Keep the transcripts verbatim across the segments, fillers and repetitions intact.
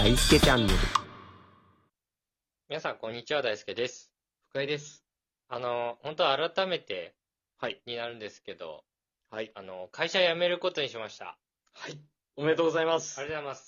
大輔チャンネル。 皆さん、こんにちは。大輔です。 深井です。 あの、本当は改めてはい。 になるんですけど、 はい。 あの、会社辞めることにしました。 はい。おめでとうございます。 ありがとうございます。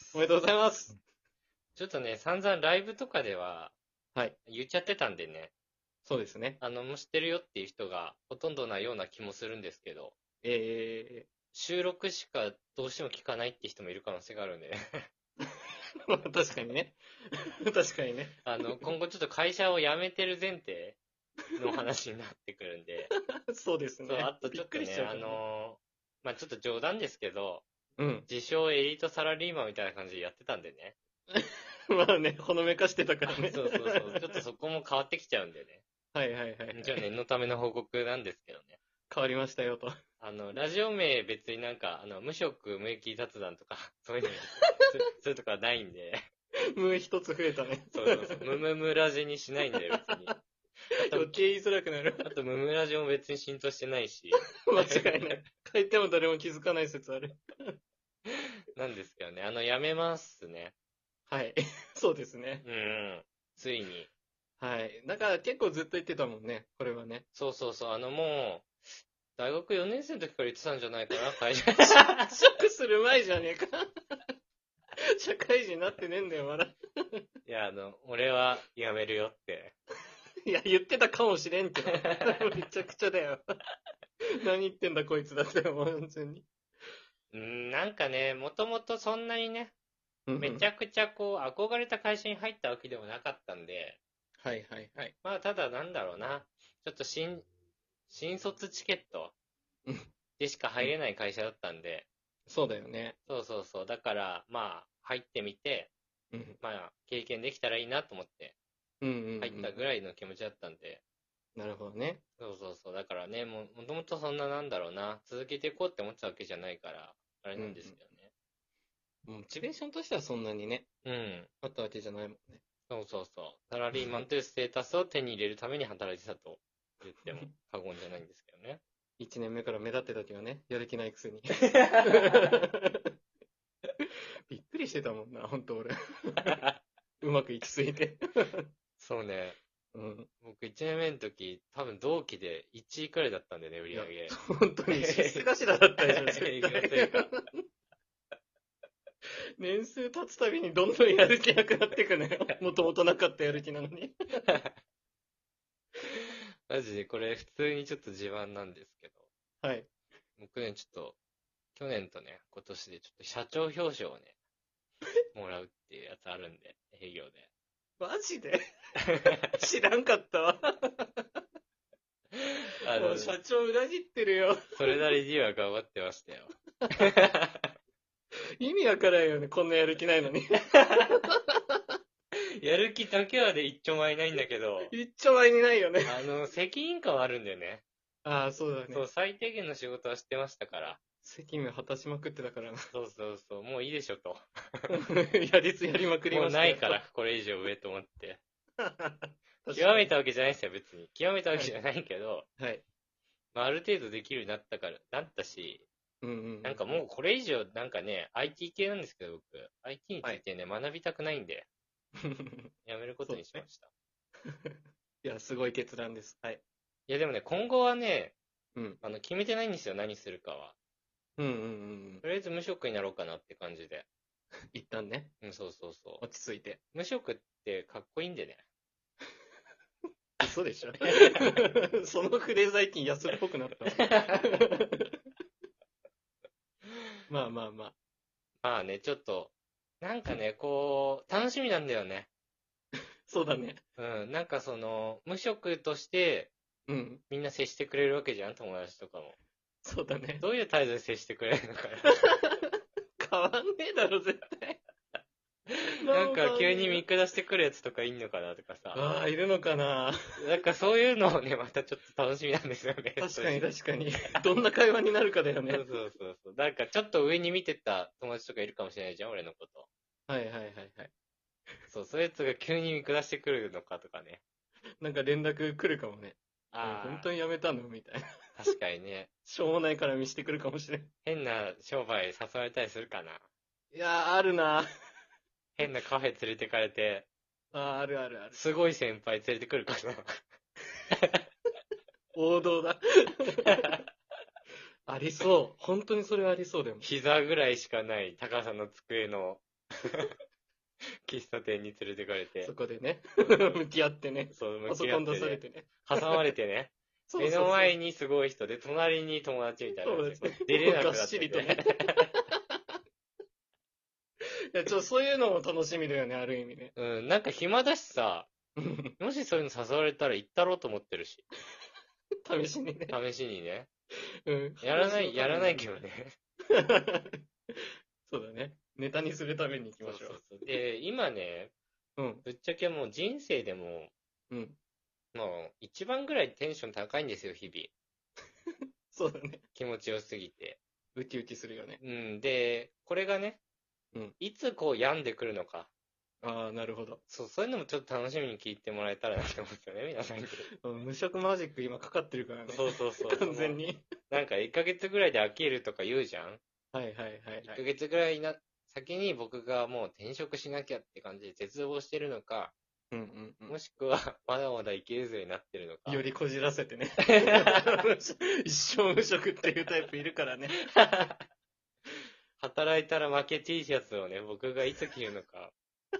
おめでとうございます。 ちょっとね、散々ライブとかでは、 はい。 言っちゃってたんでね、 そうですね。 あの、もう知ってるよっていう人がほとんどなような気もするんですけど、 え収録しかどうしても聞かないって人もいる可能性があるんでね。 ー、まあ確かにね。確かにね。 あの、今後ちょっと会社を辞めてる前提の話になってくるんで、 そうですね。 そう、あとちびっょっとね、あくりしちゃうからね。 の、まあちょっと冗談ですけど、 うん。 自称エリートサラリーマンみたいな感じでやってたんでね。 まあね、ほのめかしてたからね。 そうそうそう。ちょっとそこも変わってきちゃうんでね。 はいはいはい、はい。 一応念のための報告なんですけどね。 変わりましたよと。 あの、ラジオ名別になんか、あの、無職無益雑談とか、そういうの、そういうとかないんで。 む一つ増えたね。 そうそうそう。ムムムラジにしないんで別に。あと、 余計言いづらくなる。 あとムムラジも別に浸透してないし。 間違いない。書いても誰も気づかない説ある。 なんですけどね。あの、やめますね。 はい。そうですね。 うんうん。ついに。 はい。だから結構ずっと言ってたもんね。これはね。 そうそうそう。あのもう、大学よねん生の時から言ってたんじゃないかな、会社。 職する前じゃねえか。社会人になってねえんだよ、まだ。 いや、あの、俺は辞めるよって。 いや、言ってたかもしれんけど。めちゃくちゃだよ。何言ってんだこいつだって、もう完全に。 うーん、なんかね、もともとそんなにね、めちゃ。 ゃくちゃこう、憧れた会社に入ったわけでもなかったんで、 はいはいはい。 まあ、ただなんだろうな、ちょっと新、新卒チケットうんでしか入れない会社だったんで、 そうだよね。 そうそうそう、だから、まあ、入ってみて、 うん。 まあ、経験できたらいいなと思ってうんうん、うん。 入ったぐらいの気持ちだったんで、 なるほどね。 そうそうそう、だからね、もう、もともとそんななんだろうな、続けていこうって思ってたわけじゃないから、あれなんですけどね。 モチベーションとしてはそんなにね、 うん。 あったわけじゃないもんね。 そうそうそう。サラリーマンというステータスを手に入れるために働いてたと言っても過言じゃないんですけどね。 一年目から目立ってたけどね、やる気ないくせに。びっくりしてたもんな、ほんと俺。うまくいきすぎて。 そうね。 うん。 僕いちねんめの時、多分同期でいちいくらいだったんでね、売り上げ。 本当に、しす頭だったでしょ、 営業絶成果対。年数経つたびにどんどんやる気なくなってくのよ。もともとなかったやる気なのに。 マジでこれ普通にちょっと自慢なんですけど。 はい。 僕ね、ちょっと、去年とね、今年でちょっと社長表彰をね、もらうっていうやつあるんで、営業で。 マジで知らんかったわ。 あの、 もう社長裏切ってるよ。 それなりには頑張ってましたよ。 意味わからんよね、こんなやる気ないのに。 やる気だけはで一丁前ないんだけど、 一丁前にないよね。 あの、責任感はあるんだよね。 ああ、そうだね。 そう、最低限の仕事はしてましたから。 責務果たしまくってたからな。 そうそうそう、もういいでしょと。 やりつやりまくりもうましたよ。 ないから、これ以上上と思って。 確かに。 極めたわけじゃないですよ、別に。極めたわけじゃないけど、 はい。 まあ、ある程度できるようになったから、なったし、 うんうんうん。 なんかもうこれ以上、なんかね、アイティー 系なんですけど、僕、アイティー についてね、学びたくないんで、やめることにしました。 いや、すごい決断です。はい。 いや、でもね、今後はね、 うん。 あの、決めてないんですよ、何するかは。 うんうんうんとりあえず無職になろうかなって感じで。 一旦ね、 うん、そうそうそう。 落ち着いて。 無職ってかっこいいんでね。 嘘でしょそのフレーズ最近安っぽくなったわ。まあまあまあ。 まあね、ちょっと、なんかね、こう、楽しみなんだよね。 そうだね。 うん、なんかその、無職としてうん。 みんな接してくれるわけじゃん、友達とかも。 そうだね。 どういう態度で接してくれるのか変わんねえだろ、絶対。 な。なんか急に見下してくるやつとかいんのかなとかさ。 ああ、いるのかな。 なんかそういうのをね、またちょっと楽しみなんですよね。 確かに確かに。どんな会話になるかだよね。 そうそうそうそう。なんかちょっと上に見てた友達とかいるかもしれないじゃん、俺のこと。 はいはいはいはい。 そう、そういうやつが急に見下してくるのかとかね。 なんか連絡来るかもね。 ああ、 本当に辞めたのみたいな。 確かにね。 しょうもないから見してくるかもしれん。 変な商売誘われたりするかな。 いやー、あるな。 変なカフェ連れてかれて、 ああ、あるあるある。 すごい先輩連れてくるからな。 王道だ。ありそう。本当にそれはありそうでも。 膝ぐらいしかない高さの机の喫茶店に連れてかれてそ、こでね、向き合ってね、 そう、向パソコンき合ってね、 出されてね。 挟まれてね、 そうそうそう目の前にすごい人で、隣に友達みたいな感じでそうですね出れなくなっがっしてりとて。 ね。いや、ちょ、そういうのも楽しみだよね、ある意味ね。 うん、なんか暇だしさ、もしそういうの誘われたら行ったろうと思ってるし、 試しにね。 試しにね。 うん。 やらない、やらないけどね。 そうだね。ネタにするために行きましょう。 そうそうそう。で、今ね、 うん。 ぶっちゃけもう人生でも、 うん。 もう一番ぐらいテンション高いんですよ、日々。 そうだね。 気持ちよすぎて。 ウキウキするよね。 うん、で、これがね、 うんいつこう病んでくるのか。 ああ、なるほど。 そう、そういうのもちょっと楽しみに聞いてもらえたらなって思うんですよね、皆さんに。 うん無色マジック今かかってるからね。 そうそうそう。 完全に。 なんかいっかげつぐらいで飽きるとか言うじゃん。 はいはいはい 1 はい。 ヶ月ぐらいな、先に僕がもう転職しなきゃって感じで絶望してるのか、 うんうんうん。 もしくはまだまだいけるぜになってるのか。 よりこじらせてね。一生無職っていうタイプいるからね。 働いたら負け T シャツをね、僕がいつ着るのか、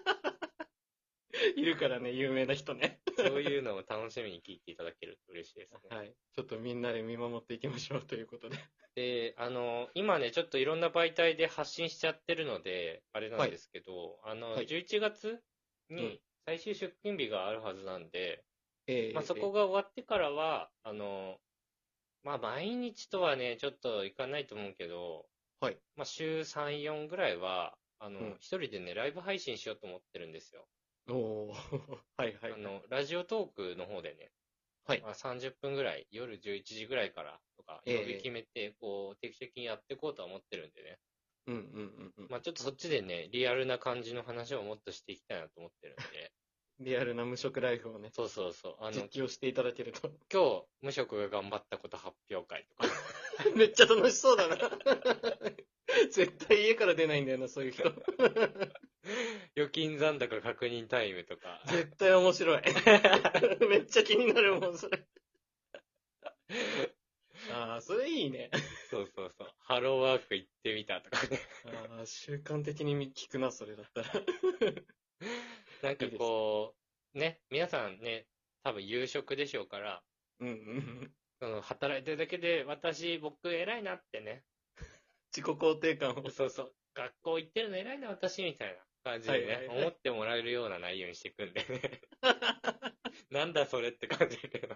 いるからね、有名な人ね。 そういうのを楽しみに聞いていただけると嬉しいですね。 はい。ちょっとみんなで見守っていきましょうということで。 で、あの、今ね、ちょっといろんな媒体で発信しちゃってるので、あれなんですけど、あの、 はいじゅういちがつうんに最終出勤日があるはずなんで、 ええまあ、そこが終わってからは、あの、まあ、毎日とはね、ちょっといかないと思うけど、 はい。 まあ、週さん、よんぐらいは、あの、 うん一人でね、ライブ配信しようと思ってるんですよ。 おー。はいはい。 あの、ラジオトークの方でね、 はい。 まあ、さんじゅっぷんぐらい、夜じゅういちじぐらいからとか、 ええ曜日決めて、こう、定期的にやっていこうとは思ってるんでね。 うんうんうんうん。 まあ、ちょっとそっちでね、リアルな感じの話をもっとしていきたいなと思ってるんで。 リアルな無職ライフをね、 そうそうそう。あの、 実況していただけると。 今日、無職が頑張ったこと発表会とか。 めっちゃ楽しそうだな。絶対家から出ないんだよな、そういう人。 預金残高確認タイムとか。 絶対面白い。めっちゃ気になるもん、それ。ああ、それいいね。 そうそうそう。ハローワーク行ってみたとかね。 ああ、習慣的に聞くな、それだったら。 なんかこう、ね、皆さんね、多分夕食でしょうから、 うんうんうん。 その働いてるだけで、私、僕偉いなってね。 自己肯定感を。 そうそう。学校行ってるの偉いな、私、みたいな感じでね、 はいはいはい思ってもらえるような内容にしていくんでね。なんだそれって感じだけど。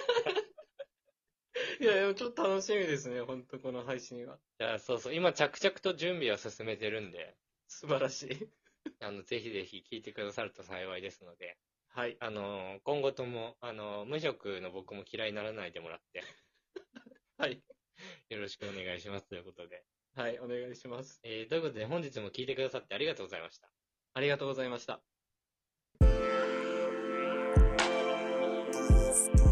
いや、でもちょっと楽しみですね、ほんとこの配信は。 じゃあ、そうそう。今、着々と準備を進めてるんで、 素晴らしい。 あの、ぜひぜひ聞いてくださると幸いですので、 はい。 あの、今後とも、あの、無職の僕も嫌いにならないでもらって、 はい。 よろしくお願いしますということで。 はい、お願いします。 えー、ということで、本日も聞いてくださってありがとうございました。 ありがとうございました。